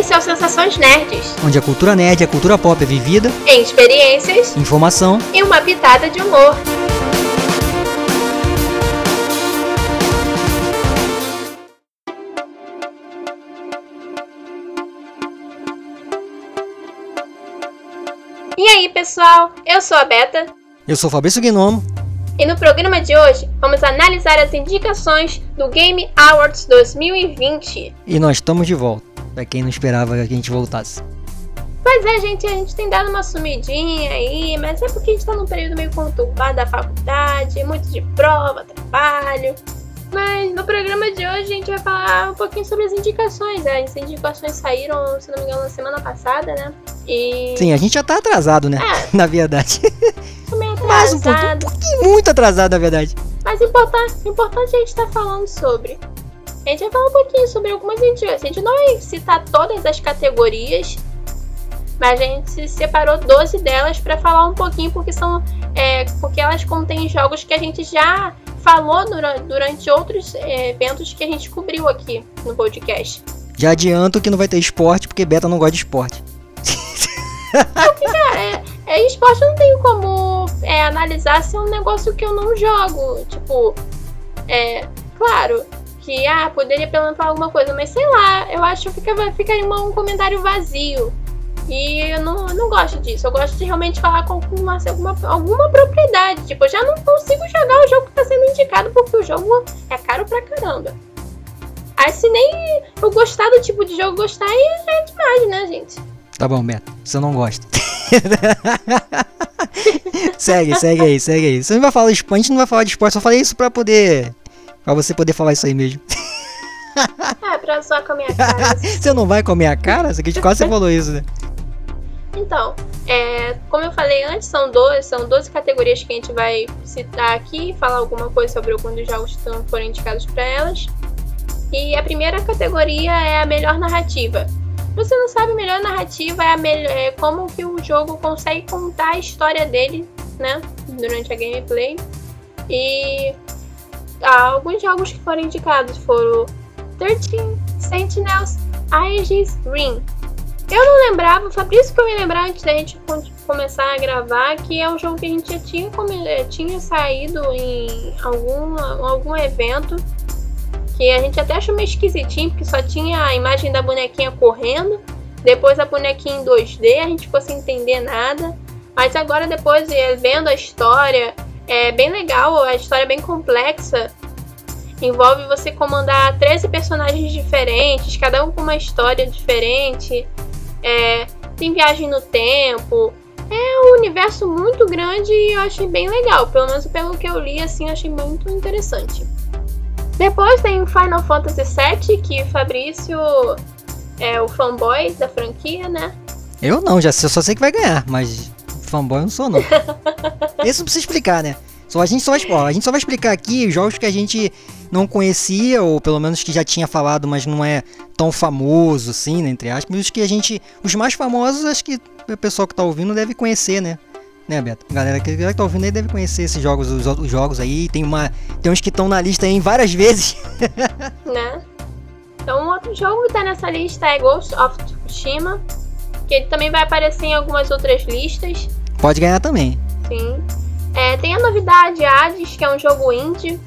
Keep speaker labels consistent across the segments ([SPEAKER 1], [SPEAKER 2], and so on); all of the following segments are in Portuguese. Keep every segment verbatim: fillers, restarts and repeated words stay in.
[SPEAKER 1] esse é o Sensações Nerds,
[SPEAKER 2] onde a cultura nerd e a cultura pop é vivida
[SPEAKER 1] em experiências,
[SPEAKER 2] informação
[SPEAKER 1] e uma pitada de humor. E aí, pessoal, eu sou a Beta.
[SPEAKER 2] Eu sou o Fabrício Gnomo.
[SPEAKER 1] E no programa de hoje, vamos analisar as indicações do Game Awards dois mil e vinte.
[SPEAKER 2] E nós estamos de volta, pra quem não esperava que a gente voltasse.
[SPEAKER 1] Pois é, gente, a gente tem dado uma sumidinha aí, mas é porque a gente tá num período meio conturbado da faculdade, muito de prova, trabalho. Mas no programa de hoje a gente vai falar um pouquinho sobre as indicações, né? As indicações saíram, se não me engano, na semana passada, né? E...
[SPEAKER 2] Sim, a gente já tá atrasado, né?
[SPEAKER 1] É.
[SPEAKER 2] Na verdade.
[SPEAKER 1] Meio atrasado.
[SPEAKER 2] Mas um pouquinho, um pouquinho muito atrasado, na verdade.
[SPEAKER 1] Mas importante, importante a gente estar falando sobre. A gente vai falar um pouquinho sobre algumas indicações. A gente não vai citar todas as categorias, mas a gente separou doze delas para falar um pouquinho, porque são é, porque elas contêm jogos que a gente já falou dura, durante outros é, eventos que a gente cobriu aqui no podcast.
[SPEAKER 2] Já adianto que não vai ter esporte, porque Beta não gosta de esporte.
[SPEAKER 1] Porque, cara, é, é, esporte eu não tenho como é, analisar se é um negócio que eu não jogo. Tipo, é claro que ah, poderia pelo menos falar alguma coisa, mas sei lá, eu acho que fica, ficaria um comentário vazio. E eu não, eu não gosto disso. Eu gosto de realmente falar com alguma, alguma, alguma propriedade. Tipo, eu já não consigo jogar o jogo que tá sendo indicado, porque o jogo é caro pra caramba. Aí se nem eu gostar do tipo de jogo, gostar aí é demais, né, gente?
[SPEAKER 2] Tá bom, Beto, você não gosta. segue, segue aí, segue aí. Você não vai falar de esporte, a gente não vai falar de esporte, só falei isso pra poder... Pra você poder falar isso aí mesmo.
[SPEAKER 1] É, pra zoar com a minha cara.
[SPEAKER 2] Você não vai comer a cara? Você quase você falou isso, né?
[SPEAKER 1] Então, é, como eu falei antes, são doze, são doze categorias que a gente vai citar aqui, falar alguma coisa sobre algum dos jogos que foram indicados para elas. E a primeira categoria é a melhor narrativa. Se você não sabe, melhor narrativa é, a melhor, é como que o jogo consegue contar a história dele, né, durante a gameplay. E ah, alguns jogos que foram indicados foram treze Sentinels, Aegis Rim. Eu não lembrava, foi por isso que eu me lembrar antes da gente começar a gravar, que é um jogo que a gente já tinha, tinha saído em algum, algum evento, que a gente até achou meio esquisitinho, porque só tinha a imagem da bonequinha correndo, depois a bonequinha em dois D, a gente ficou sem entender nada, mas agora depois vendo a história, é bem legal, a história é bem complexa. Envolve você comandar treze personagens diferentes, cada um com uma história diferente. É, tem viagem no tempo. É um universo muito grande e eu achei bem legal. Pelo menos pelo que eu li, assim, eu achei muito interessante. Depois tem o Final Fantasy sete, que o Fabrício é o fanboy da franquia, né?
[SPEAKER 2] Eu não, já eu só sei que vai ganhar, mas fanboy eu não sou não. Isso não precisa explicar, né? Só a, gente só vai, ó, a gente só vai explicar aqui os jogos que a gente não conhecia, ou pelo menos que já tinha falado, mas não é tão famoso assim, né, entre aspas. Os que a gente, os mais famosos, acho que o pessoal que tá ouvindo deve conhecer, né? Né, Beto? Galera que, que tá ouvindo aí deve conhecer esses jogos, os, os jogos aí. Tem, uma, tem uns que estão na lista aí várias vezes.
[SPEAKER 1] Né? Então, um outro jogo que tá nessa lista é Ghost of Tsushima, que ele também vai aparecer em algumas outras listas.
[SPEAKER 2] Pode ganhar também.
[SPEAKER 1] Sim. É, tem a novidade Hades, que é um jogo indie,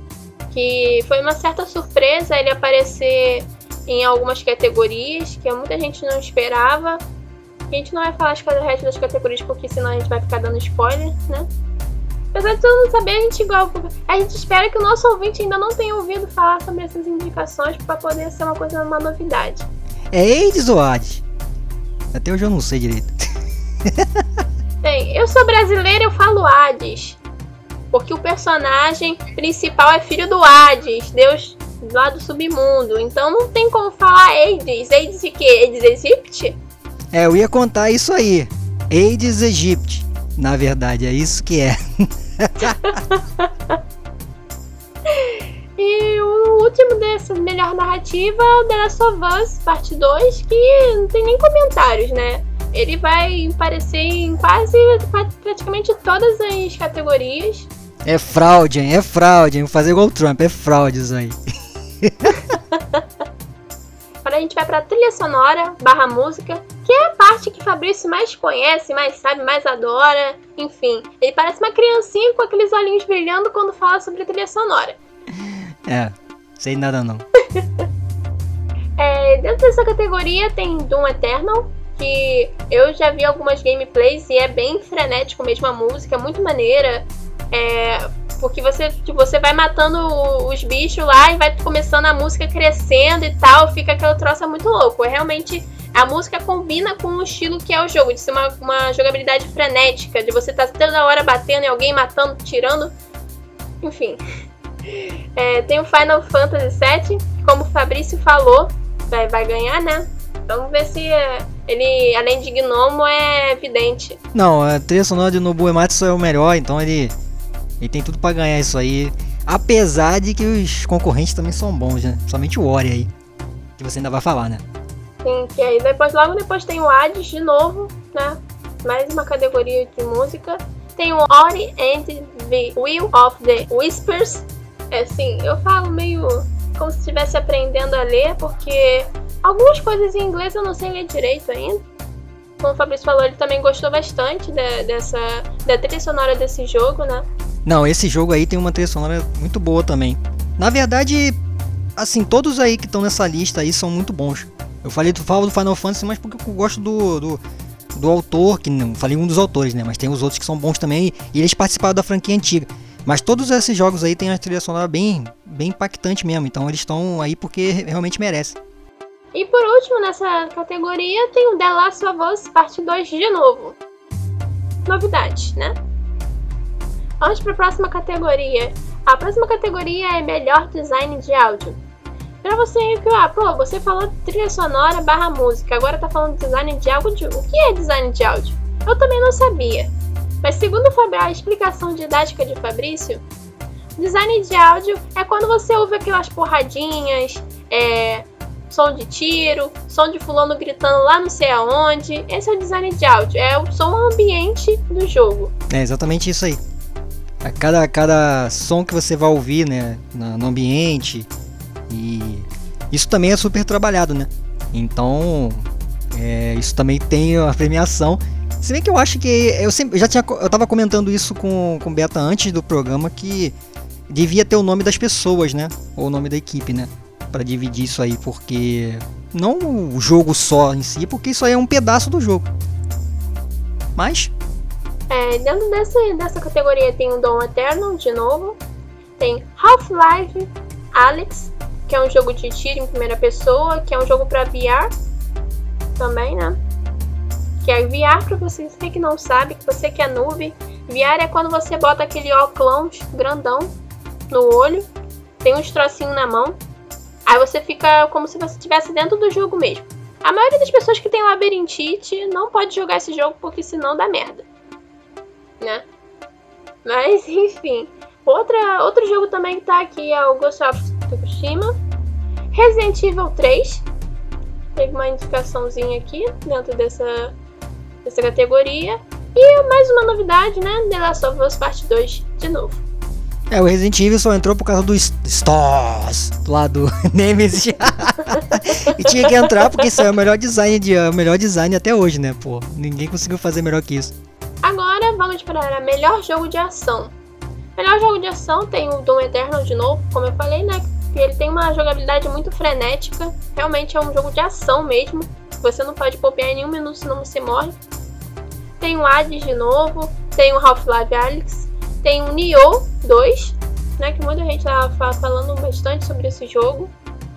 [SPEAKER 1] que foi uma certa surpresa ele aparecer em algumas categorias, que muita gente não esperava. A gente não vai falar as coisas das categorias, porque senão a gente vai ficar dando spoiler, né? Apesar de todo mundo saber, a gente igual. A gente espera que o nosso ouvinte ainda não tenha ouvido falar sobre essas indicações para poder ser uma coisa, uma novidade.
[SPEAKER 2] É Hades ou Hades? Até hoje eu não sei direito.
[SPEAKER 1] Bem, eu sou brasileira, eu falo Hades. Porque o personagem principal é filho do Hades, Deus lá do submundo. Então não tem como falar Hades. Hades de quê? Hades Egypt?
[SPEAKER 2] É, eu ia contar isso aí. Hades Egypt. Na verdade, é isso que é.
[SPEAKER 1] E o último dessa melhor narrativa é o The Last of Us Parte dois, que não tem nem comentários, né? Ele vai aparecer em quase, praticamente todas as categorias.
[SPEAKER 2] É fraude, hein? É fraude, hein? Vou fazer igual o Trump, é fraude isso aí.
[SPEAKER 1] Agora a gente vai pra trilha sonora barra música, que é a parte que Fabrício mais conhece, mais sabe, mais adora. Enfim, ele parece uma criancinha com aqueles olhinhos brilhando quando fala sobre trilha sonora.
[SPEAKER 2] É, sei nada não.
[SPEAKER 1] É, dentro dessa categoria tem Doom Eternal, que eu já vi algumas gameplays e é bem frenético mesmo a música, é muito maneira. É, porque você, você vai matando os bichos lá e vai começando a música crescendo e tal, fica aquele troço muito louco. É realmente, a música combina com o estilo que é o jogo, de ser uma, uma jogabilidade frenética, de você estar tá toda hora batendo em alguém, matando, tirando, enfim. É, tem o Final Fantasy sete, como o Fabrício falou, vai, vai ganhar, né? Vamos ver se é, ele, além de Gnomo, é evidente.
[SPEAKER 2] Não, a trilha sonora de Nobuo Uematsu é o melhor, então ele, ele tem tudo pra ganhar isso aí. Apesar de que os concorrentes também são bons, né? Somente o Ori aí, que você ainda vai falar, né?
[SPEAKER 1] Sim, que aí depois, logo depois tem o Hades de novo, né? Mais uma categoria de música. Tem o Ori and the Will of the Whispers. É assim, eu falo meio como se estivesse aprendendo a ler, porque algumas coisas em inglês eu não sei ler direito ainda. Como o Fabrício falou, ele também gostou bastante de, dessa, da trilha sonora desse jogo, né?
[SPEAKER 2] Não, esse jogo aí tem uma trilha sonora muito boa também. Na verdade, assim, todos aí que estão nessa lista aí são muito bons. Eu falei do, falo do Final Fantasy, mas porque eu gosto do, do, do autor, que não falei um dos autores, né? Mas tem os outros que são bons também e eles participaram da franquia antiga. Mas todos esses jogos aí tem uma trilha sonora bem, bem impactante mesmo, então eles estão aí porque realmente merecem.
[SPEAKER 1] E por último, nessa categoria, tem o The Last of Us Parte dois de novo. Novidade, né? Vamos para a próxima categoria. A próxima categoria é Melhor Design de Áudio. Pra você aí que, ah, pô, você falou trilha sonora barra música, agora tá falando design de áudio. O que é design de áudio? Eu também não sabia. Mas segundo a explicação didática de Fabrício, design de áudio é quando você ouve aquelas porradinhas, é, som de tiro, som de fulano gritando lá não sei aonde. Esse é o design de áudio, é o som ambiente do jogo.
[SPEAKER 2] É exatamente isso aí. A cada, cada som que você vai ouvir, né, no ambiente, e isso também é super trabalhado, né? Então, é, isso também tem a premiação. Se bem que eu acho que eu sempre eu já tinha eu tava comentando isso com com Beta antes do programa, que devia ter o nome das pessoas, né? Ou o nome da equipe, né? Pra dividir isso aí, porque não o jogo só em si, porque isso aí é um pedaço do jogo. Mas
[SPEAKER 1] é, dentro dessa, dessa categoria tem o Doom Eternal de novo, tem Half-Life Alyx, que é um jogo de tiro em primeira pessoa, que é um jogo pra V R também, né? Que é V R, pra você que não sabe, que você que é noob. V R é quando você bota aquele óculos grandão no olho, tem uns trocinhos na mão, aí você fica como se você estivesse dentro do jogo mesmo. A maioria das pessoas que tem labirintite não pode jogar esse jogo porque senão dá merda, né? Mas enfim, outra, outro jogo também que tá aqui é o Ghost of Tsushima, Resident Evil três, teve uma indicaçãozinha aqui dentro dessa, dessa categoria, e mais uma novidade, né? The Last of Us Part dois de novo.
[SPEAKER 2] É, o Resident Evil só entrou por causa do Stars, lá do Nemesis. E tinha que entrar porque isso é o melhor design, de, o melhor design até hoje, né? Pô, ninguém conseguiu fazer melhor que isso.
[SPEAKER 1] Agora vamos para melhor jogo de ação. Melhor jogo de ação tem o Doom Eternal de novo, como eu falei, né? Que ele tem uma jogabilidade muito frenética. Realmente é um jogo de ação mesmo. Você não pode bobear em nenhum minuto, senão você morre. Tem o Hades de novo. Tem o Half-Life Alyx. Tem o Nioh dois, né? Que muita gente tá falando bastante sobre esse jogo.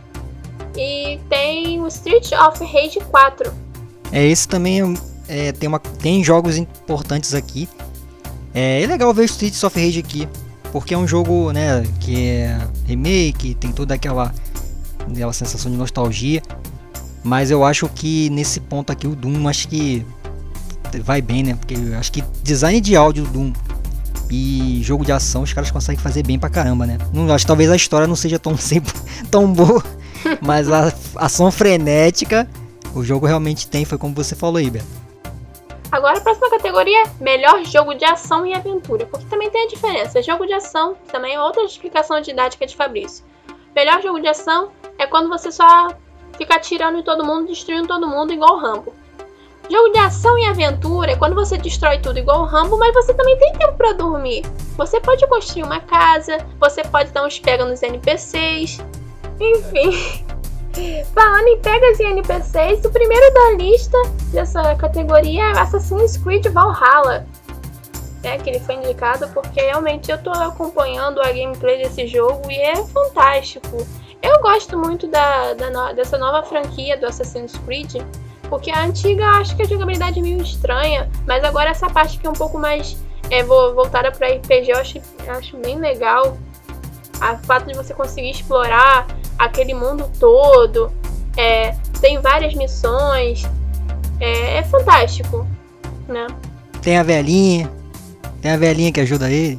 [SPEAKER 1] E tem o Street of Rage quatro.
[SPEAKER 2] É, esse também é, tem, uma, tem jogos importantes aqui. É, é legal ver o Street of Rage aqui, porque é um jogo, né, que é remake, tem toda aquela, aquela sensação de nostalgia. Mas eu acho que nesse ponto aqui o Doom acho que vai bem, né? Porque eu acho que design de áudio do Doom e jogo de ação os caras conseguem fazer bem pra caramba, né? Não, acho que talvez a história não seja tão, sempre, tão boa, mas a ação frenética o jogo realmente tem, foi como você falou aí, Beto.
[SPEAKER 1] Agora a próxima categoria, melhor jogo de ação e aventura, porque também tem a diferença. Jogo de ação também é outra explicação didática de Fabrício. Melhor jogo de ação é quando você só fica atirando em todo mundo, destruindo todo mundo igual o Rambo. Jogo de ação e aventura é quando você destrói tudo igual o Rambo, mas você também tem tempo pra dormir. Você pode construir uma casa, você pode dar uns pega nos N P Cs, enfim. Falando em pegas e N P Cs, o primeiro da lista dessa categoria é Assassin's Creed Valhalla. É, que ele foi indicado porque realmente eu tô acompanhando a gameplay desse jogo e é fantástico. Eu gosto muito da, da no, dessa nova franquia do Assassin's Creed, porque a antiga eu acho que a jogabilidade é meio estranha, mas agora essa parte que é um pouco mais é, voltada para R P G eu acho, eu acho bem legal. O fato de você conseguir explorar aquele mundo todo, é, tem várias missões, é, é fantástico, né?
[SPEAKER 2] Tem a velhinha, tem a velhinha que ajuda ele.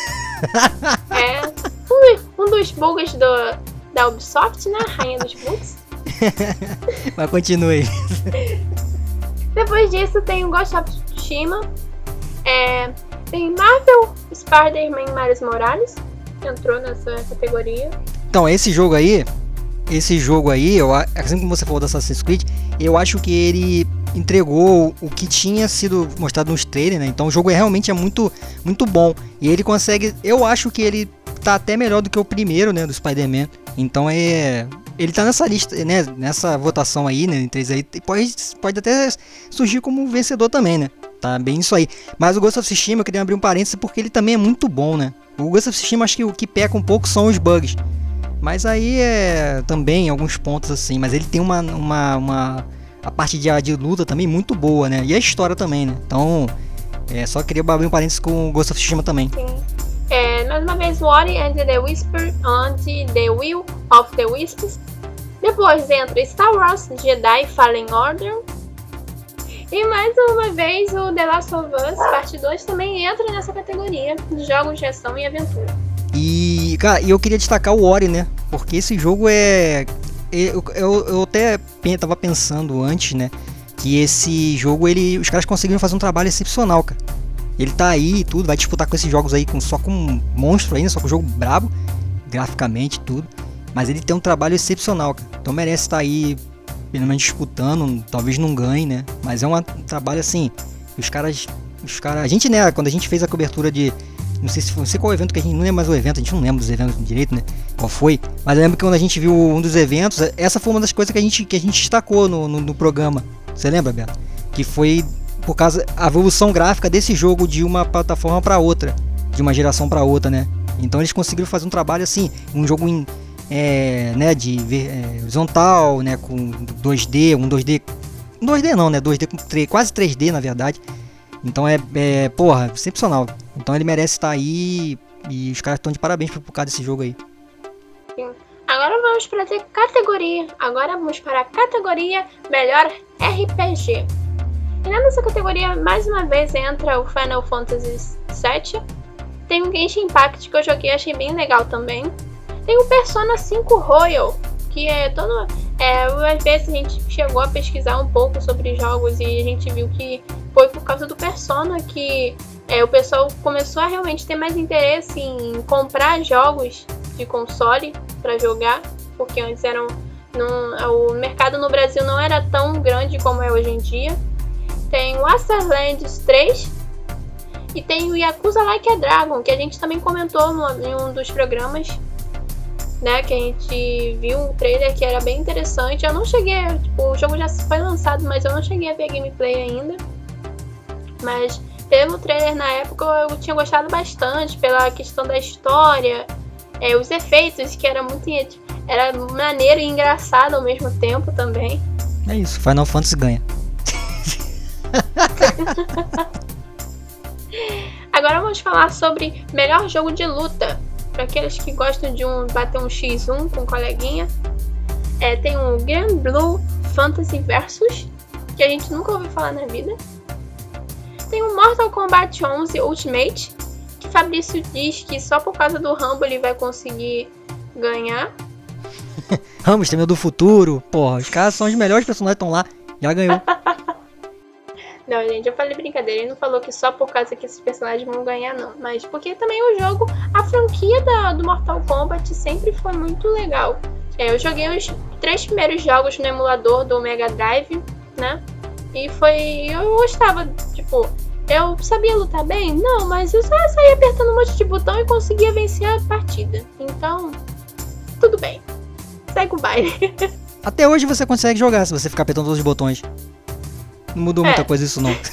[SPEAKER 1] É, um, um dos bugs do, da Ubisoft, né? Rainha dos bugs.
[SPEAKER 2] Mas continue.
[SPEAKER 1] Depois disso tem o Ghost of Tsushima, é, tem Marvel Spider-Man Miles Morales, que entrou nessa categoria.
[SPEAKER 2] Então, esse jogo aí, esse jogo aí, eu, assim como você falou do Assassin's Creed, eu acho que ele entregou o que tinha sido mostrado nos trailers, né? Então o jogo é, realmente é muito, muito bom. E ele consegue, eu acho que ele tá até melhor do que o primeiro, né, do Spider-Man. Então é, ele tá nessa lista, né, nessa votação aí, né, entre eles aí, pode, pode até surgir como vencedor também, né? Tá bem isso aí. Mas o Ghost of Tsushima, eu queria abrir um parênteses porque ele também é muito bom, né? O Ghost of Tsushima, acho que o que peca um pouco são os bugs. Mas aí é também alguns pontos assim, mas ele tem uma, uma, uma a parte de, de luta também muito boa, né? E a história também, né? Então, é, só queria abrir um parênteses com o Ghost of Tsushima também.
[SPEAKER 1] Sim. É, mais uma vez, Ori and the Whisper and the Will of the Wisps. Depois entra Star Wars Jedi Fallen Order. E mais uma vez o The Last of Us Parte dois também entra nessa categoria de jogos de ação e aventura.
[SPEAKER 2] E, cara, eu queria destacar o Ori, né? Porque esse jogo é... Eu, eu, eu até tava pensando antes, né? Que esse jogo, ele, os caras conseguiram fazer um trabalho excepcional, cara. Ele tá aí e tudo, vai disputar com esses jogos aí com, só com um monstro ainda, só com um jogo brabo, graficamente tudo. Mas ele tem um trabalho excepcional, cara. Então merece estar aí, pelo menos disputando, talvez não ganhe, né? Mas é um trabalho assim, os caras... Os caras a gente, né, quando a gente fez a cobertura de... Não sei se foi, não sei qual evento que a gente não lembra mais o evento, a gente não lembra dos eventos direito, né? Qual foi? Mas eu lembro que quando a gente viu um dos eventos, essa foi uma das coisas que a gente, que a gente destacou no, no, no programa. Você lembra, Beto? Que foi por causa da evolução gráfica desse jogo de uma plataforma para outra, de uma geração para outra, né? Então eles conseguiram fazer um trabalho assim, um jogo em, é, né, de é, horizontal, né, com dois D, um dois D, dois D não, né? dois D com três, quase três D na verdade. Então é, é, porra, excepcional. Então ele merece estar aí e os caras estão de parabéns por causa desse jogo aí.
[SPEAKER 1] Sim. Agora vamos para a categoria. Agora vamos para a categoria Melhor R P G. E nessa categoria, mais uma vez, entra o Final Fantasy sete. Tem o Genshin Impact, que eu joguei e achei bem legal também. Tem o Persona cinco Royal, que é todo... É, às vezes a gente chegou a pesquisar um pouco sobre jogos e a gente viu que foi por causa do Persona que é, o pessoal começou a realmente ter mais interesse em comprar jogos de console para jogar, porque antes eram, não, o mercado no Brasil não era tão grande como é hoje em dia. Tem o Astralands três e tem o Yakuza Like a Dragon, que a gente também comentou no, em um dos programas, né, que a gente viu um trailer que era bem interessante. Eu não cheguei, tipo, o jogo já foi lançado, mas eu não cheguei a ver a gameplay ainda. Mas pelo trailer na época eu tinha gostado bastante, pela questão da história, é, os efeitos, que era muito, era maneiro e engraçado ao mesmo tempo também.
[SPEAKER 2] É isso, Final Fantasy ganha.
[SPEAKER 1] Agora vamos falar sobre melhor jogo de luta. Para aqueles que gostam de um, bater um xis um com um coleguinha, é, tem o Grand Blue Fantasy Versus, que a gente nunca ouviu falar na vida. Tem o Mortal Kombat onze Ultimate, que Fabrício diz que só por causa do Rambo ele vai conseguir ganhar.
[SPEAKER 2] Rambo, Exterminador do Futuro, porra, os caras são os melhores personagens que estão lá, já ganhou.
[SPEAKER 1] Não, gente, eu falei brincadeira, ele não falou que só por causa que esses personagens vão ganhar, não. Mas porque também o jogo, a franquia da, do Mortal Kombat sempre foi muito legal. É, eu joguei os, três primeiros jogos no emulador do Mega Drive, né? E foi... eu gostava, tipo... eu sabia lutar bem? Não, mas eu só saía apertando um monte de botão e conseguia vencer a partida. Então, tudo bem. Segue o baile.
[SPEAKER 2] Até hoje você consegue jogar se você ficar apertando todos os botões. Não mudou é. muita coisa isso, não.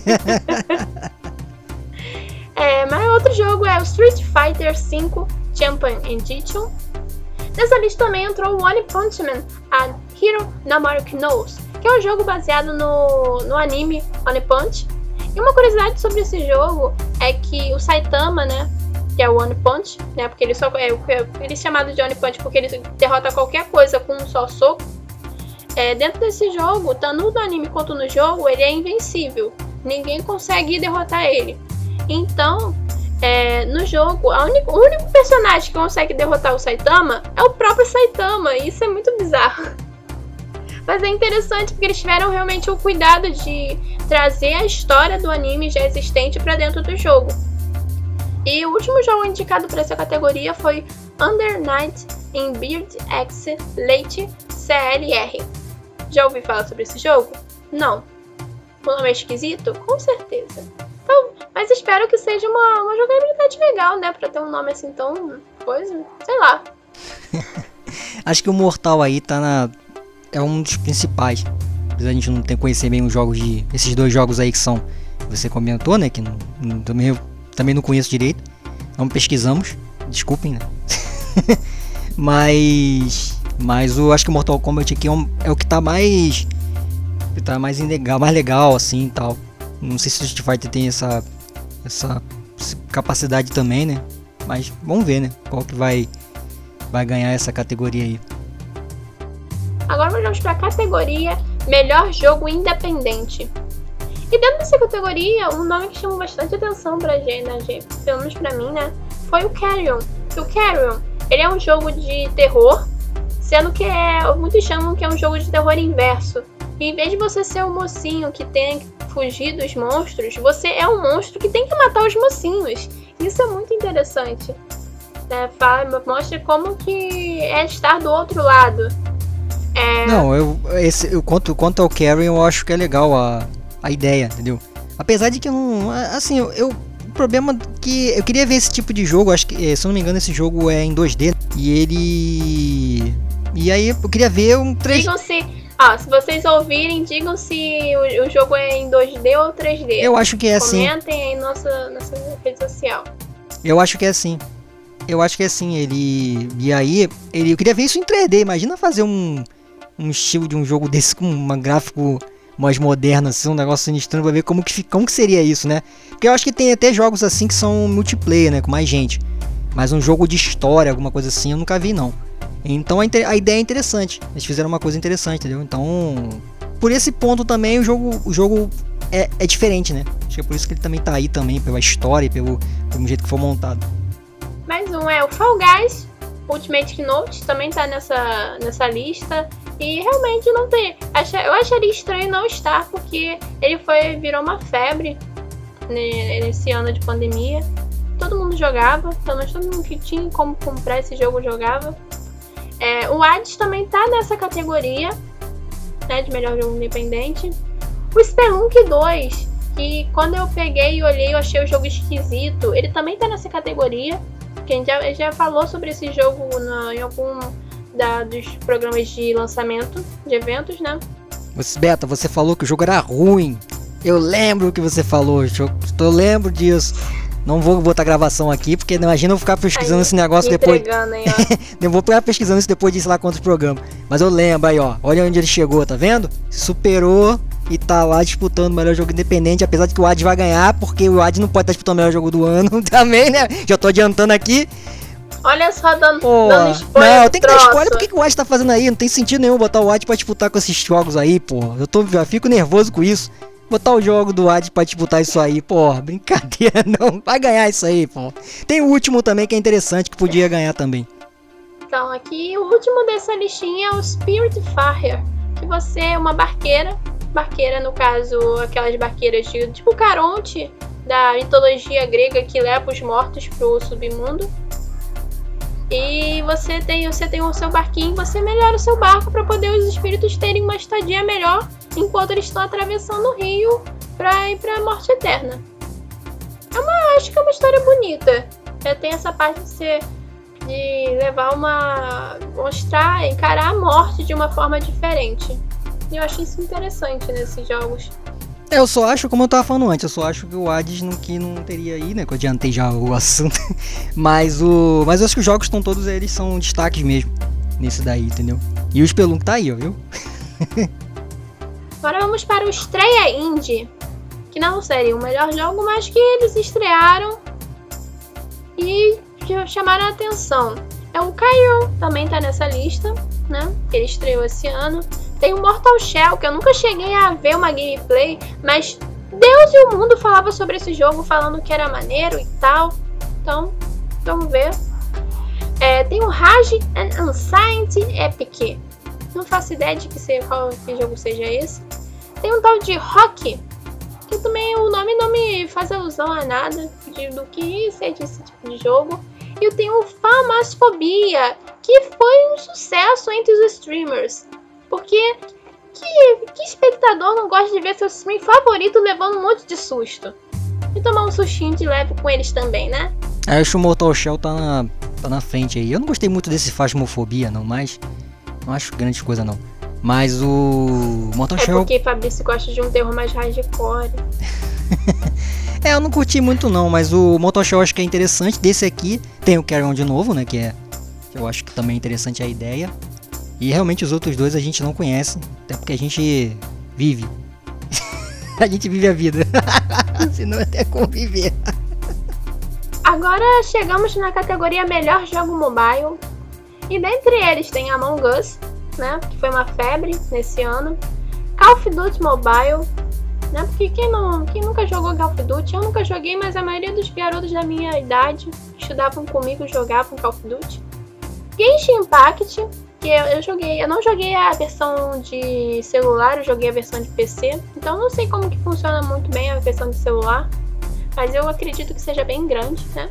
[SPEAKER 1] É, mas outro jogo é o Street Fighter cinco Champion Edition. Nessa lista também entrou o One Punch Man, a Hero Namoric Knows, que é um jogo baseado no, no anime One Punch. E uma curiosidade sobre esse jogo é que o Saitama, né, que é o One Punch, né, porque ele só é, ele é chamado de One Punch porque ele derrota qualquer coisa com um só soco. É, dentro desse jogo, tanto no anime quanto no jogo, ele é invencível. Ninguém consegue derrotar ele. Então, é, no jogo, a única, o único personagem que consegue derrotar o Saitama é o próprio Saitama. E isso é muito bizarro. Mas é interessante porque eles tiveram realmente o cuidado de trazer a história do anime já existente para dentro do jogo. E o último jogo indicado para essa categoria foi Under Night in Beard X Late C L R. Já ouvi falar sobre esse jogo? Não. O nome é esquisito? Com certeza. Então, mas espero que seja uma, uma jogabilidade legal, né? Pra ter um nome assim tão... coisa, sei lá.
[SPEAKER 2] Acho que o Mortal aí tá na... é um dos principais. Apesar de a gente não ter conhecer bem os jogos de... esses dois jogos aí que são... você comentou, né? Que não, não, também, eu também não conheço direito. Não pesquisamos. Desculpem, né? mas... Mas eu acho que o Mortal Kombat aqui é, um, é o que tá mais... que tá mais legal, mais legal assim e tal. Não sei se o Street Fighter tem essa, essa capacidade também, né? Mas vamos ver, né? Qual que vai, vai ganhar essa categoria aí.
[SPEAKER 1] Agora vamos para a categoria Melhor Jogo Independente. E dentro dessa categoria, um nome que chamou bastante atenção pra gente, pelo menos pra mim, né? Foi o Carrion. O Carrion, ele é um jogo de terror, sendo que é, muitos chamam que é um jogo de terror inverso. E em vez de você ser um mocinho que tem que fugir dos monstros, você é um monstro que tem que matar os mocinhos. Isso é muito interessante. É, fala, mostra como que é estar do outro lado. É...
[SPEAKER 2] Não, eu, esse, eu quanto, quanto ao Carrion, eu acho que é legal a, a ideia, entendeu? Apesar de que eu não... assim, eu, eu, o problema é que eu queria ver esse tipo de jogo, acho que, se eu não me engano, esse jogo é em dois D. E ele... E aí eu queria ver um três D.
[SPEAKER 1] Digam-se... Ah, se vocês ouvirem, digam se o, o jogo é em dois D ou três D.
[SPEAKER 2] Eu acho que é assim.
[SPEAKER 1] Comentem aí na nossa, nossa rede social.
[SPEAKER 2] Eu acho que é assim. Eu acho que é assim. Ele. E aí, ele... eu queria ver isso em três D. Imagina fazer um, um estilo de um jogo desse com um gráfico mais moderno, assim, um negócio sinistro pra ver como que, como que seria isso, né? Porque eu acho que tem até jogos assim que são multiplayer, né? Com mais gente. Mas um jogo de história, alguma coisa assim, eu nunca vi, não. Então a, a ideia é interessante. Eles fizeram uma coisa interessante, entendeu? Então, por esse ponto também o jogo, o jogo é, é diferente, né? Acho que é por isso que ele também tá aí também, pela história e pelo, pelo jeito que foi montado.
[SPEAKER 1] Mais um é o Fall Guys Ultimate Knockout, também tá nessa, nessa lista. E realmente não tem. Eu acharia estranho não estar, porque ele foi, virou uma febre nesse ano de pandemia. Todo mundo jogava, pelo menos todo mundo que tinha como comprar esse jogo jogava. É, o Hades também tá nessa categoria, né, de melhor jogo independente. O Spelunk dois, que quando eu peguei e olhei eu achei o jogo esquisito, ele também tá nessa categoria. Que a gente já, já falou sobre esse jogo na, em algum da, dos programas de lançamento de eventos, né?
[SPEAKER 2] Você, Beta, você falou que o jogo era ruim. Eu lembro que você falou, eu lembro disso. Não vou botar gravação aqui, porque imagina eu ficar pesquisando aí, esse negócio depois.
[SPEAKER 1] Aí,
[SPEAKER 2] eu vou ficar pesquisando isso depois de sei lá quantos programas. Mas eu lembro aí, ó. Olha onde ele chegou, tá vendo? Superou e tá lá disputando o melhor jogo independente. Apesar de que o Hades vai ganhar, porque o Hades não pode estar disputando o melhor jogo do ano também, né? Já tô adiantando aqui.
[SPEAKER 1] Olha só, dando,
[SPEAKER 2] Pô,
[SPEAKER 1] dando spoiler.
[SPEAKER 2] Não, tem que dar spoiler. Por que, que o Hades tá fazendo aí? Não tem sentido nenhum botar o Hades pra disputar com esses jogos aí, pô. Eu tô, já fico nervoso com isso. Botar o jogo do Hades pra disputar isso aí, porra, brincadeira, não, vai ganhar isso aí, pô. Tem o último também que é interessante, que podia ganhar também.
[SPEAKER 1] Então, aqui o último dessa listinha é o Spiritfarer, que você é uma barqueira, barqueira no caso, aquelas barqueiras de, tipo Caronte, da mitologia grega que leva os mortos pro submundo. E você tem, você tem o seu barquinho, você melhora o seu barco para poder os espíritos terem uma estadia melhor enquanto eles estão atravessando o rio para ir para a morte eterna. É uma, acho que é uma história bonita. É, tem essa parte de ser, de levar uma, mostrar, encarar a morte de uma forma diferente. E eu acho isso interessante nesses jogos.
[SPEAKER 2] É, eu só acho, como eu tava falando antes, eu só acho que o Hades não, que não teria aí, né, que eu adiantei já o assunto, mas o, mas eu acho que os jogos estão todos, eles são destaques mesmo, nesse daí, entendeu? E o Spelunk tá aí, ó, viu?
[SPEAKER 1] Agora vamos para o estreia indie, que não seria o melhor jogo, mas que eles estrearam e chamaram a atenção. É o Cairo, também tá nessa lista, né, que ele estreou esse ano. Tem o Mortal Shell, que eu nunca cheguei a ver uma gameplay, mas Deus e o mundo falavam sobre esse jogo, falando que era maneiro e tal. Então, vamos ver. É, tem o Rage and Ancient Epic. Não faço ideia de que, seja, qual que jogo seja esse. Tem um tal de Rock, que também o nome não me faz alusão a nada de, do que seja esse tipo de jogo. E eu tenho o Famasfobia, que foi um sucesso entre os streamers. Porque que, que espectador não gosta de ver seu stream favorito levando um monte de susto? E tomar um sustinho de leve com eles também, né?
[SPEAKER 2] É, acho que o Mortal Shell tá na, tá na frente aí. Eu não gostei muito desse Fasmofobia, não, mas não acho grande coisa, não. Mas o Mortal
[SPEAKER 1] é
[SPEAKER 2] Shell...
[SPEAKER 1] É porque Fabrício gosta de um terror mais hardcore.
[SPEAKER 2] É, eu não curti muito, não, mas o Mortal Shell eu acho que é interessante. Desse aqui tem o Carry On de novo, né, que é... que eu acho que também é interessante a ideia. E realmente os outros dois a gente não conhece, até porque a gente vive. A gente vive a vida. Senão até conviver.
[SPEAKER 1] Agora chegamos na categoria Melhor Jogo Mobile. E dentre eles tem Among Us, né, que foi uma febre nesse ano. Call of Duty Mobile, né, porque quem, não, quem nunca jogou Call of Duty? Eu nunca joguei, mas a maioria dos garotos da minha idade que estudavam comigo jogavam Call of Duty. Genshin Impact, que eu, eu joguei, eu não joguei a versão de celular, eu joguei a versão de P C, então não sei como que funciona muito bem a versão de celular, mas eu acredito que seja bem grande, né?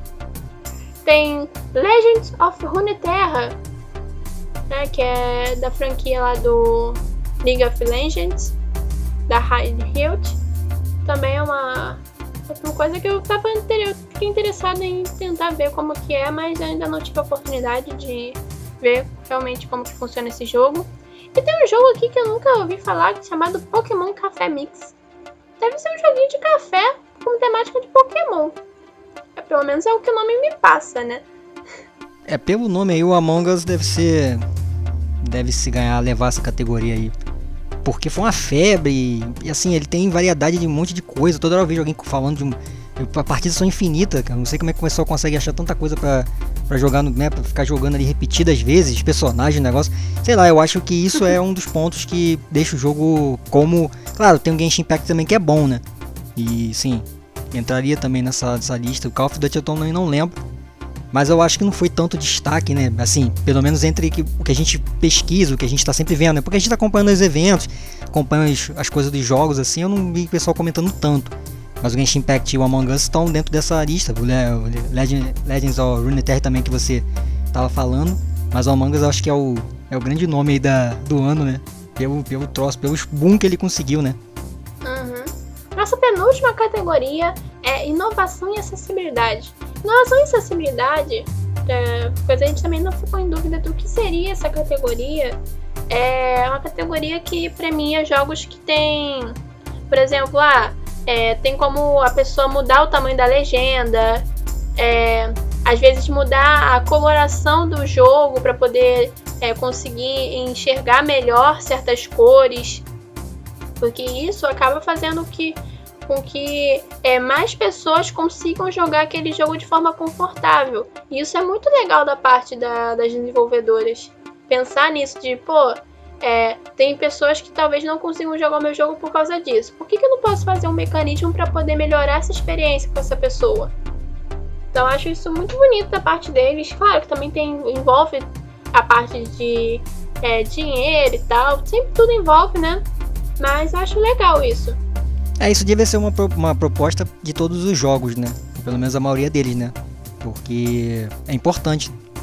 [SPEAKER 1] Tem Legends of Runeterra, né, que é da franquia lá do League of Legends, da Riot. Também é uma, uma coisa que eu tava eu fiquei interessada em tentar ver como que é, mas ainda não tive a oportunidade de ver realmente como que funciona esse jogo. E tem um jogo aqui que eu nunca ouvi falar, chamado Pokémon Café Mix. Deve ser um joguinho de café com temática de Pokémon. É, pelo menos é o que o nome me passa, né?
[SPEAKER 2] É, pelo nome aí, o Among Us deve ser... deve se ganhar, levar essa categoria aí. Porque foi uma febre e, e assim, ele tem variedade de um monte de coisa. Toda hora eu vejo alguém falando de um... A partidas são infinitas, cara. Não sei como é que o pessoal consegue achar tanta coisa pra, pra jogar, no, né? Pra ficar jogando ali repetidas vezes, personagens, negócio. Sei lá, eu acho que isso é um dos pontos que deixa o jogo como... Claro, tem o Genshin Impact também que é bom, né? E sim, entraria também nessa, nessa lista. O Call of Duty eu também não lembro. Mas eu acho que não foi tanto destaque, né? Assim, pelo menos entre que, o que a gente pesquisa, o que a gente tá sempre vendo, né? Porque a gente tá acompanhando os eventos, acompanhando as, as coisas dos jogos, assim, eu não vi o pessoal comentando tanto. Mas o Genshin Impact e o Among Us estão dentro dessa lista. O Legend, Legends of Runeterra também que você tava falando. Mas o Among Us eu acho que é o, é o grande nome aí da, do ano, né? Pelo, pelo troço, pelo boom que ele conseguiu, né?
[SPEAKER 1] Uhum. Nossa penúltima categoria é inovação e acessibilidade. Inovação e acessibilidade, é, pois a gente também não ficou em dúvida do que seria essa categoria. É uma categoria que premia jogos que tem, por exemplo, ah, é, tem como a pessoa mudar o tamanho da legenda, é, às vezes mudar a coloração do jogo para poder é, conseguir enxergar melhor certas cores, porque isso acaba fazendo que com que é, mais pessoas consigam jogar aquele jogo de forma confortável. E isso é muito legal da parte da, das desenvolvedoras. Pensar nisso de, pô, é, tem pessoas que talvez não consigam jogar o meu jogo por causa disso. Por que, que eu não posso fazer um mecanismo para poder melhorar essa experiência com essa pessoa? Então eu acho isso muito bonito da parte deles. Claro que também tem, envolve a parte de é, dinheiro e tal. Sempre tudo envolve, né? Mas eu acho legal isso.
[SPEAKER 2] É, isso deve ser uma, uma proposta de todos os jogos, né? Pelo menos a maioria deles, né? Porque é importante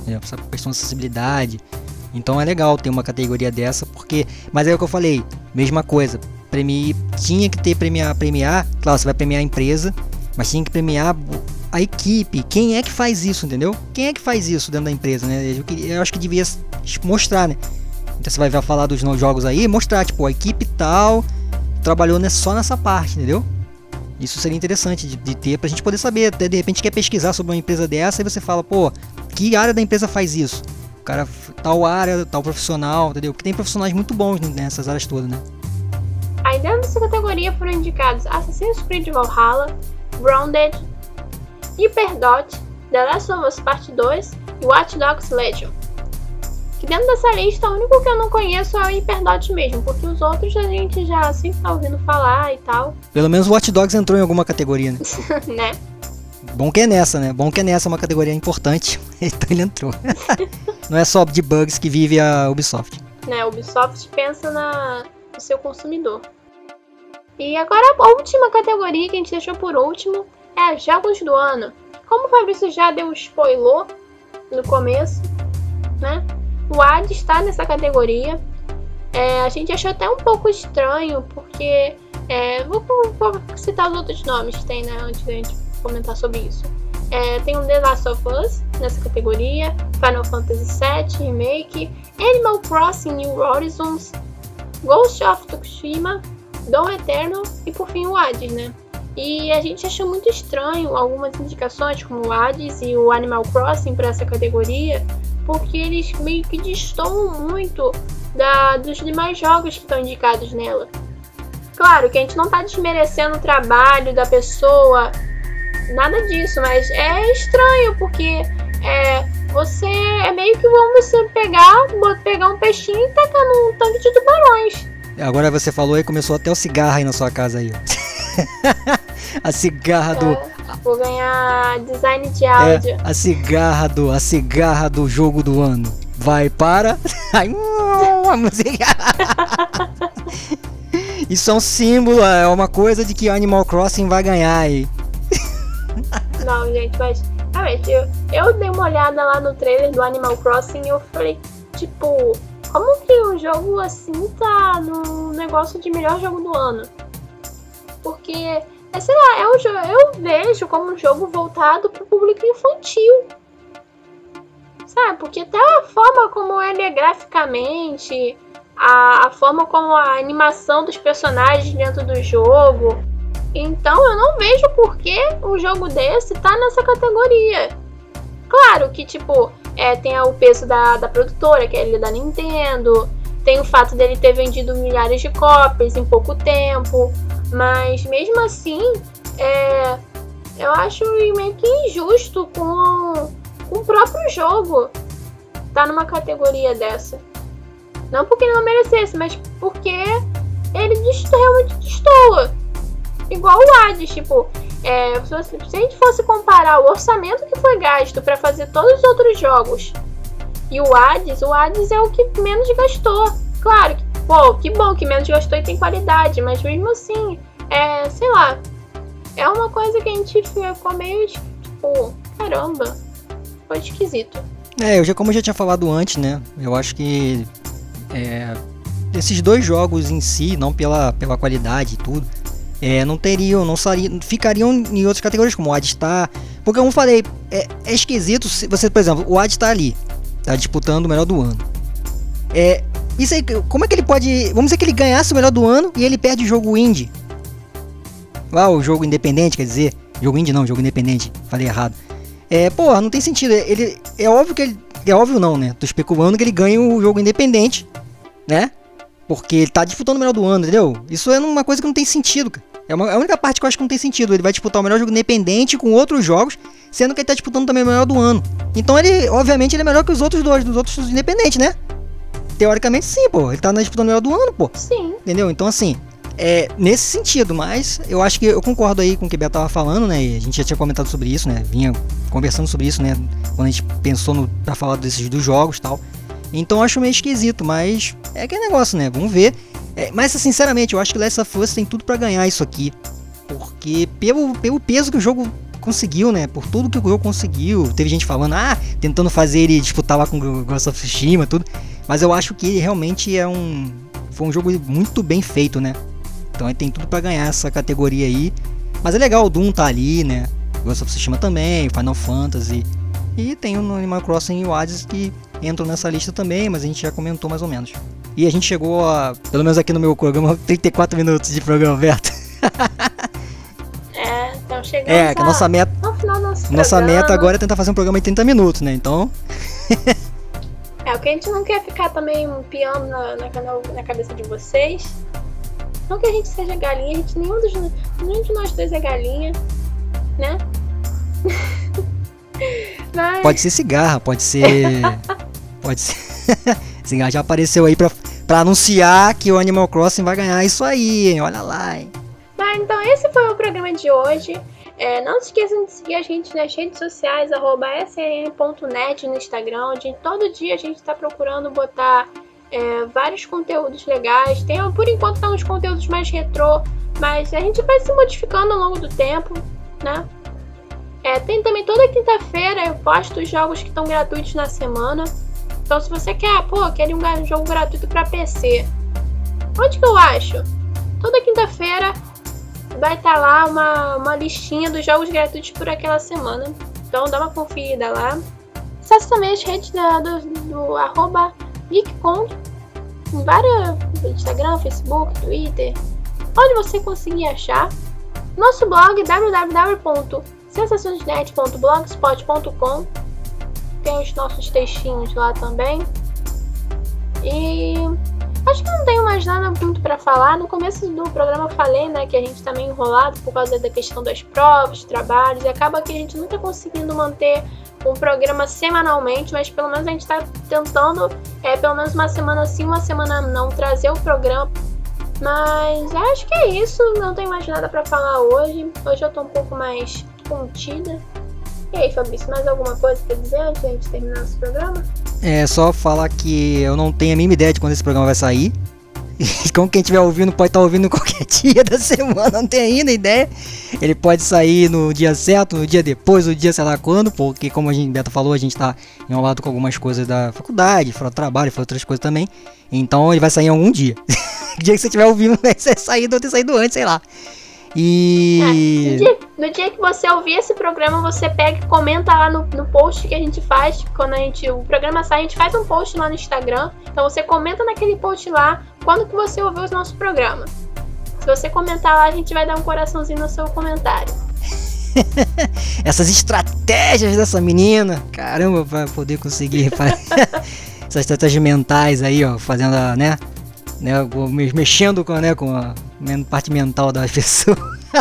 [SPEAKER 2] né? Essa questão de acessibilidade. Então é legal ter uma categoria dessa, porque... Mas é o que eu falei, mesma coisa. Premi... Tinha que ter premiar, premiar... Claro, você vai premiar a empresa, mas tinha que premiar a equipe. Quem é que faz isso, entendeu? Quem é que faz isso dentro da empresa, né? Eu, eu acho que devia mostrar, né? Então você vai falar dos novos jogos aí, mostrar, tipo, a equipe tal trabalhou só nessa parte, entendeu? Isso seria interessante de, de ter pra gente poder saber. Até de repente quer pesquisar sobre uma empresa dessa e você fala, pô, que área da empresa faz isso? O cara, tal área, tal profissional, entendeu? Porque tem profissionais muito bons nessas áreas todas, né?
[SPEAKER 1] Aí dentro dessa categoria foram indicados Assassin's Creed Valhalla, Grounded, Hyperdot, The Last of Us Part dois e Watch Dogs Legion. Que dentro dessa lista, o único que eu não conheço é o Hyperdot mesmo, porque os outros a gente já sempre tá ouvindo falar e tal.
[SPEAKER 2] Pelo menos o Watch Dogs entrou em alguma categoria, né?
[SPEAKER 1] Né?
[SPEAKER 2] Bom que é nessa, né? Bom que é nessa, uma categoria importante. Então ele entrou. Não é só de bugs que vive a Ubisoft.
[SPEAKER 1] Né, a Ubisoft pensa na, no seu consumidor. E agora a última categoria que a gente deixou por último é Jogos do Ano. Como o Fabrício já deu um spoiler no começo, né? O Hades está nessa categoria. É, a gente achou até um pouco estranho, porque... É, vou, vou citar os outros nomes que tem, né? Antes da gente comentar sobre isso. É, tem o The Last of Us nessa categoria, Final Fantasy sete Remake, Animal Crossing New Horizons, Ghost of Tsushima, Dawn Eternal e por fim o Hades, né? E a gente achou muito estranho algumas indicações como o Hades e o Animal Crossing para essa categoria, porque eles meio que destoam muito da, dos demais jogos que estão indicados nela. Claro que a gente não tá desmerecendo o trabalho da pessoa, nada disso, mas é estranho, porque é, você é meio que como você pegar, pegar um peixinho e tacar num tanque de tubarões.
[SPEAKER 2] Agora você falou e começou até o cigarro aí na sua casa aí, ó. A cigarra do...
[SPEAKER 1] É, vou ganhar design de áudio.
[SPEAKER 2] É, a cigarra do... A cigarra do jogo do ano. Vai para... Ai, a música... Isso é um símbolo, é uma coisa de que Animal Crossing vai ganhar aí.
[SPEAKER 1] Não, gente, mas... Realmente, eu, eu dei uma olhada lá no trailer do Animal Crossing e eu falei, tipo... Como que um jogo assim tá no negócio de melhor jogo do ano? Porque, é, sei lá, é um jogo, eu vejo como um jogo voltado pro público infantil. Sabe? Porque até a forma como ele é graficamente, a, a forma como a animação dos personagens dentro do jogo. Então eu não vejo por que um jogo desse tá nessa categoria. Claro que, tipo, é, tem o peso da, da produtora, que é ele da Nintendo. Tem o fato dele ter vendido milhares de cópias em pouco tempo. Mas mesmo assim, é, eu acho meio que injusto com, com o próprio jogo tá numa categoria dessa. Não porque ele não merecesse, mas porque ele desto, realmente destoa. Igual o Hades, tipo, é, se a gente fosse comparar o orçamento que foi gasto para fazer todos os outros jogos e o Hades, o Hades é o que menos gastou. Claro, que, pô, que bom que menos gastou e tem qualidade, mas mesmo assim, é, sei lá, é uma coisa que a gente ficou meio, tipo, caramba, foi esquisito.
[SPEAKER 2] É, eu já, como eu já tinha falado antes, né, eu acho que é, esses dois jogos em si, não pela, pela qualidade e tudo, É, não teriam, não sariam, ficariam em outras categorias, como o Hades tá. Porque como eu falei, é, é esquisito se você, por exemplo, o Hades tá ali, tá disputando o melhor do ano. É, isso aí, como é que ele pode. Vamos dizer que ele ganhasse o melhor do ano e ele perde o jogo indie. Lá, o jogo independente, quer dizer. Jogo indie não, jogo independente, falei errado. É, porra, não tem sentido. Ele, é óbvio que ele. É óbvio não, né? Tô especulando que ele ganha o jogo independente, né? Porque ele tá disputando o melhor do ano, entendeu? Isso é uma coisa que não tem sentido, cara. É, uma, é a única parte que eu acho que não tem sentido. Ele vai disputar o melhor jogo independente com outros jogos, sendo que ele tá disputando também o melhor do ano. Então ele, obviamente, ele é melhor que os outros dois, dos outros independentes, né? Teoricamente sim, pô. Ele tá disputando o melhor do ano, pô.
[SPEAKER 1] Sim.
[SPEAKER 2] Entendeu? Então assim, é nesse sentido, mas eu acho que eu concordo aí com o que o Beto tava falando, né? E a gente já tinha comentado sobre isso, né? Vinha conversando sobre isso, né? Quando a gente pensou no, pra falar desses dos jogos e tal. Então eu acho meio esquisito, mas é aquele negócio, né? Vamos ver. É, mas sinceramente, eu acho que Last of Us tem tudo pra ganhar isso aqui. Porque pelo, pelo peso que o jogo conseguiu, né? Por tudo que o jogo conseguiu. Teve gente falando, ah, tentando fazer ele disputar lá com o Ghost of Tsushima, tudo. Mas eu acho que realmente é um... Foi um jogo muito bem feito, né? Então ele tem tudo pra ganhar essa categoria aí. Mas é legal, o Doom tá ali, né? Ghost of Tsushima também, Final Fantasy. E tem o Animal Crossing e o Hades que entram nessa lista também, mas a gente já comentou mais ou menos. E a gente chegou a, pelo menos aqui no meu programa, trinta e quatro minutos de programa aberto.
[SPEAKER 1] É, então chegamos
[SPEAKER 2] É, que a nossa meta,
[SPEAKER 1] no final do nosso
[SPEAKER 2] nossa
[SPEAKER 1] programa.
[SPEAKER 2] meta agora é tentar fazer um programa em trinta minutos, né? Então...
[SPEAKER 1] É, o que a gente não quer ficar também piando na, na, na cabeça de vocês. Não que a gente seja galinha, a gente, nenhum, dos, nenhum de nós dois é galinha, né? Mas...
[SPEAKER 2] Pode ser cigarra, pode ser... pode ser... Cigarra já apareceu aí pra, pra anunciar que o Animal Crossing vai ganhar isso aí, hein? Olha lá, hein?
[SPEAKER 1] Mas então esse foi o programa de hoje. É, não se esqueçam de seguir a gente nas redes sociais, arroba s r n ponto net no Instagram, onde todo dia a gente está procurando botar é, vários conteúdos legais. Tem, por enquanto estão os conteúdos mais retrô, mas a gente vai se modificando ao longo do tempo, né? É, tem também toda quinta-feira eu posto os jogos que estão gratuitos na semana. Então se você quer, pô, quer um jogo gratuito para P C, onde que eu acho? Toda quinta-feira vai estar lá uma, uma listinha dos jogos gratuitos por aquela semana. Então dá uma conferida lá. Acesse também as redes da, do, do arroba GeekCon, em várias, Instagram, Facebook, Twitter, onde você conseguir achar. Nosso blog w w w ponto sensaçõesnet ponto blogspot ponto com, tem os nossos textinhos lá também. E acho que não tenho mais nada muito pra falar. No começo do programa eu falei, né, que a gente tá meio enrolado por causa da questão das provas, trabalhos, e acaba que a gente não tá conseguindo manter um programa semanalmente, mas pelo menos a gente tá tentando, é, pelo menos uma semana sim, uma semana não, trazer o programa. Mas acho que é isso, não tenho mais nada pra falar hoje. Hoje eu tô um pouco mais contida. E aí, Fabrício, mais alguma coisa pra dizer antes de a gente terminar nosso programa?
[SPEAKER 2] É só falar que eu não tenho a mínima ideia de quando esse programa vai sair. Como quem estiver ouvindo pode estar ouvindo qualquer dia da semana, não tem ainda ideia. Ele pode sair no dia certo, no dia depois, no dia sei lá quando, porque como a gente, Beto falou, a gente tá enrolado com algumas coisas da faculdade, fora do trabalho, fora outras coisas também. Então ele vai sair em algum dia. O dia que você estiver ouvindo vai ser saído ou ter saído antes, sei lá. E...
[SPEAKER 1] É, no, dia, no dia que você ouvir esse programa, você pega e comenta lá no, no post que a gente faz. Quando a gente, o programa sai, a gente faz um post lá no Instagram. Então você comenta naquele post lá quando que você ouviu o nosso programa. Se você comentar lá, a gente vai dar um coraçãozinho no seu comentário.
[SPEAKER 2] Essas estratégias dessa menina, caramba, pra poder conseguir fazer essas estratégias mentais aí, ó, fazendo a, né, né, mexendo com, né, com a parte mental da pessoa.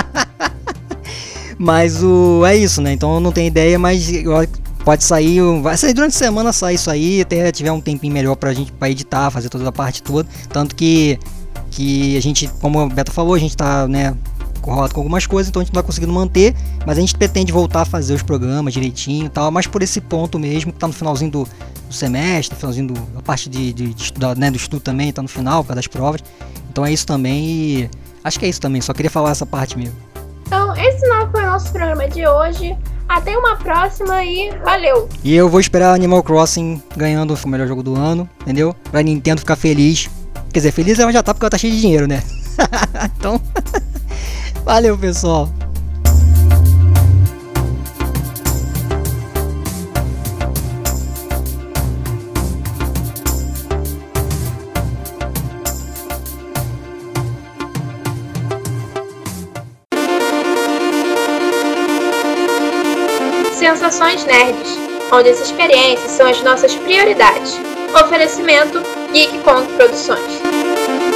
[SPEAKER 2] Mas o é isso, né? Então eu não tenho ideia, mas pode sair, vai sair durante a semana, sai isso aí, até tiver um tempinho melhor pra gente pra editar, fazer toda a parte toda, tanto que que a gente, como o Beto falou, a gente tá, né, corrado com algumas coisas, então a gente não tá conseguindo manter, mas a gente pretende voltar a fazer os programas direitinho e tal, mas por esse ponto mesmo, que tá no finalzinho do, do semestre, finalzinho do, a parte de, de, de estudar, né, do estudo também, tá no final, por causa das provas, então é isso também e acho que é isso também, só queria falar essa parte mesmo.
[SPEAKER 1] Então, esse não foi o nosso programa de hoje. Até uma próxima e valeu!
[SPEAKER 2] E eu vou esperar Animal Crossing ganhando o melhor jogo do ano, entendeu? Pra Nintendo ficar feliz. Quer dizer, feliz ela já tá porque ela tá cheia de dinheiro, né? Então, valeu, pessoal!
[SPEAKER 1] Sensações Nerds, onde as experiências são as nossas prioridades. Oferecimento GeekCon Produções.